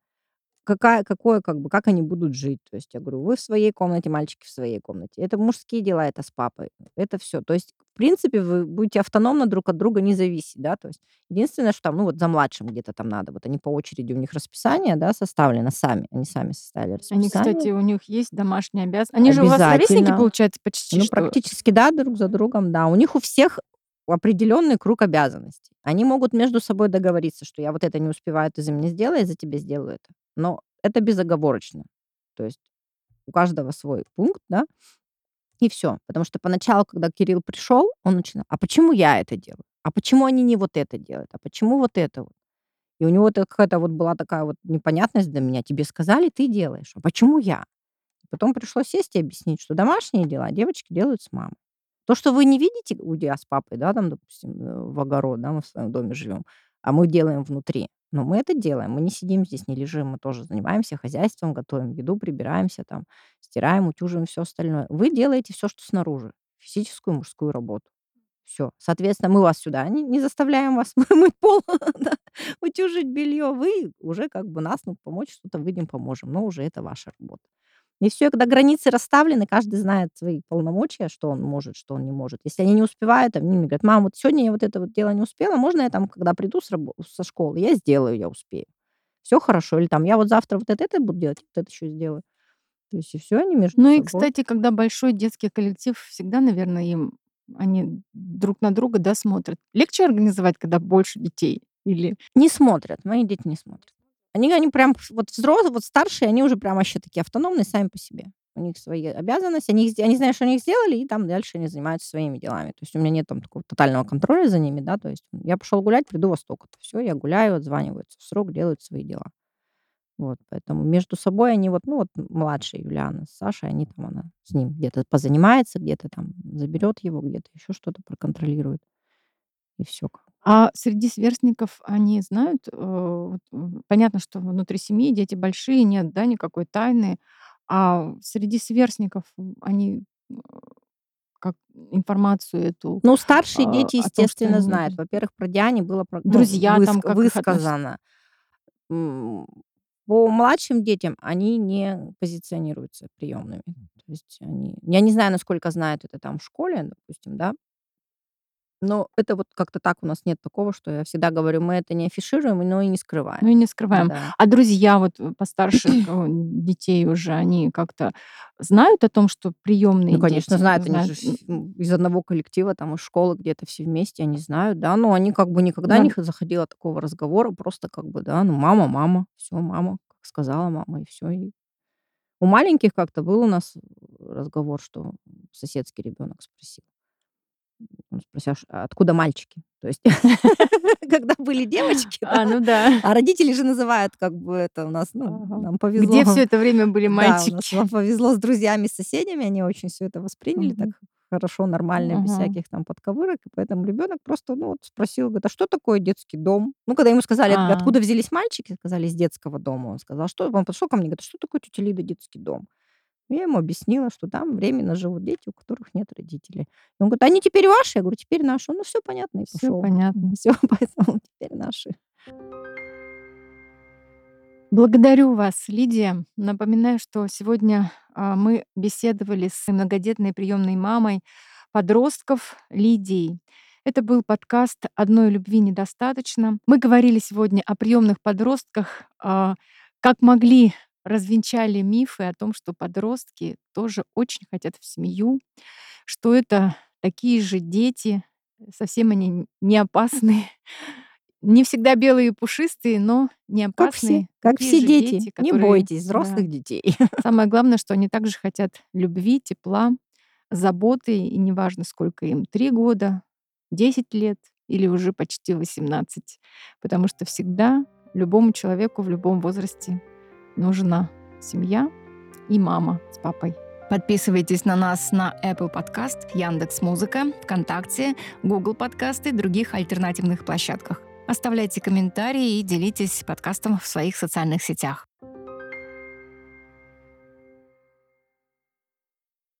какое, как бы, как они будут жить. То есть я говорю: "Вы в своей комнате, мальчики в своей комнате". Это мужские дела, это с папой. Это все. То есть, в принципе, вы будете автономно друг от друга не зависеть, да. То есть единственное, что там, ну, вот за младшим где-то там надо, вот они по очереди, у них расписание, да, составлено сами. Они сами составили Они, расписание. кстати, у них есть домашние обязанности. Они же у вас ровесники, Обязательно. получается, почти Ну, что? практически, да, друг за другом, да. У них у всех определенный круг обязанностей. Они могут между собой договориться, что я вот это не успеваю, ты за меня сделай, я за тебя сделаю это. Но это безоговорочно. То есть у каждого свой пункт, да, и все. Потому что поначалу, когда Кирилл пришел, он начинал: "А почему я это делаю? А почему они не вот это делают? А почему вот это вот?" И у него это какая-то вот была такая вот непонятность для меня: "Тебе сказали, ты делаешь. А почему я?" Потом пришлось сесть и объяснить, что домашние дела девочки делают с мамой. То, что вы не видите, уйдя с папой, да, там, допустим, в огород, да, мы в своем доме живем, а мы делаем внутри. Но мы это делаем, мы не сидим здесь, не лежим, мы тоже занимаемся хозяйством, готовим еду, прибираемся, там, стираем, утюжим, все остальное. Вы делаете все, что снаружи, физическую мужскую работу. Все. Соответственно, мы вас сюда не заставляем вас мыть пол, да, утюжить белье. Вы уже как бы нас, ну, помочь что-то выйдем, поможем, но уже это ваша работа. И все, когда границы расставлены, каждый знает свои полномочия, что он может, что он не может. Если они не успевают, они мне говорят: "Мам, вот сегодня я вот это вот дело не успела, можно я там, когда приду со школы, я сделаю, я успею". Все хорошо. Или там: "Я вот завтра вот это буду делать, вот это еще сделаю". То есть и все, они между Ну и, собой. кстати, когда большой детский коллектив, всегда, наверное, им они друг на друга, да, смотрят. Легче организовать, когда больше детей? Или Не смотрят, мои дети не смотрят. Они прям вот взрослые, вот старшие, они уже прям вообще такие автономные сами по себе. У них свои обязанности, они знают, что они их сделали, и там дальше они занимаются своими делами. То есть у меня нет там такого тотального контроля за ними, да, то есть я пошел гулять, приду во столько-то. Всё, я гуляю, отзваниваются в срок, делают свои дела. Вот, поэтому между собой они вот, ну, вот младшая Юлиана с Сашей, они там, она с ним где-то позанимается, где-то там заберет его, где-то еще что-то проконтролирует, и все. среди сверстников они знают, вот, понятно, что внутри семьи дети большие, нет, да, никакой тайны. А среди сверстников, они, как информацию эту, Ну, старшие дети, о том, что естественно, они знают. Во-первых, про Диане было ну, друзья там, как их относятся. высказано. М, По младшим детям они не позиционируются приемными. То есть я не знаю, насколько знают это там в школе, допустим, да. Но это вот как-то так у нас нет такого, что я всегда говорю: "Мы это не афишируем, но и не скрываем". Ну и не скрываем. Да. А друзья вот, постарше, детей уже, они как-то знают о том, что Ну, приемные конечно, дети знают, они знают? же из одного коллектива, там, из школы где-то все вместе, они знают, да. Но они как бы никогда Нар не заходило такого разговора, просто как бы, да, ну, мама, мама, все, мама, как сказала мама, и все. И у маленьких как-то был у нас разговор, что соседский ребенок спросил. Он спросил: "А откуда мальчики?" То есть, когда были девочки, да, ну да. а родители же называют как бы это у нас, ну, Ага. нам Где повезло. все это время были Да, у нас мальчики? вам повезло с друзьями, с соседями, они очень все это восприняли так Мгм. хорошо, нормально, без Мгм. всяких там подковырок. И поэтому ребенок просто, ну, вот спросил, говорит: "А что такое детский дом?" Ну, когда ему сказали: А, "Откуда взялись мальчики?" Сказали: "Из детского дома". Он сказал: "Что?" Он подошел ко мне, говорит: "А что такое, тетя Лида, детский дом?" Я ему объяснила, что там временно живут дети, у которых нет родителей. Он говорит: "Они теперь ваши?" Я говорю: "Теперь наши". Он: "Ну, всё понятно", и Всё пошел. понятно. Всё, поэтому теперь наши. Благодарю вас, Лидия. Напоминаю, что сегодня, мы беседовали с многодетной приемной мамой подростков Лидией. Это был подкаст "Одной любви недостаточно". Мы говорили сегодня о приемных подростках, как могли, развенчали мифы о том, что подростки тоже очень хотят в семью, что это такие же дети, совсем они не опасные, не всегда белые и пушистые, но не опасные, Как такие все же дети. дети, Не которые бойтесь да. взрослых детей. Самое главное, что они также хотят любви, тепла, заботы, и неважно, сколько им: 3 года, 10 лет или уже почти 18. Потому что всегда любому человеку в любом возрасте нужна семья и мама с папой. Подписывайтесь на нас на Apple Podcast, Яндекс.Музыка, ВКонтакте, Google Подкасты и других альтернативных площадках. Оставляйте комментарии и делитесь подкастом в своих социальных сетях.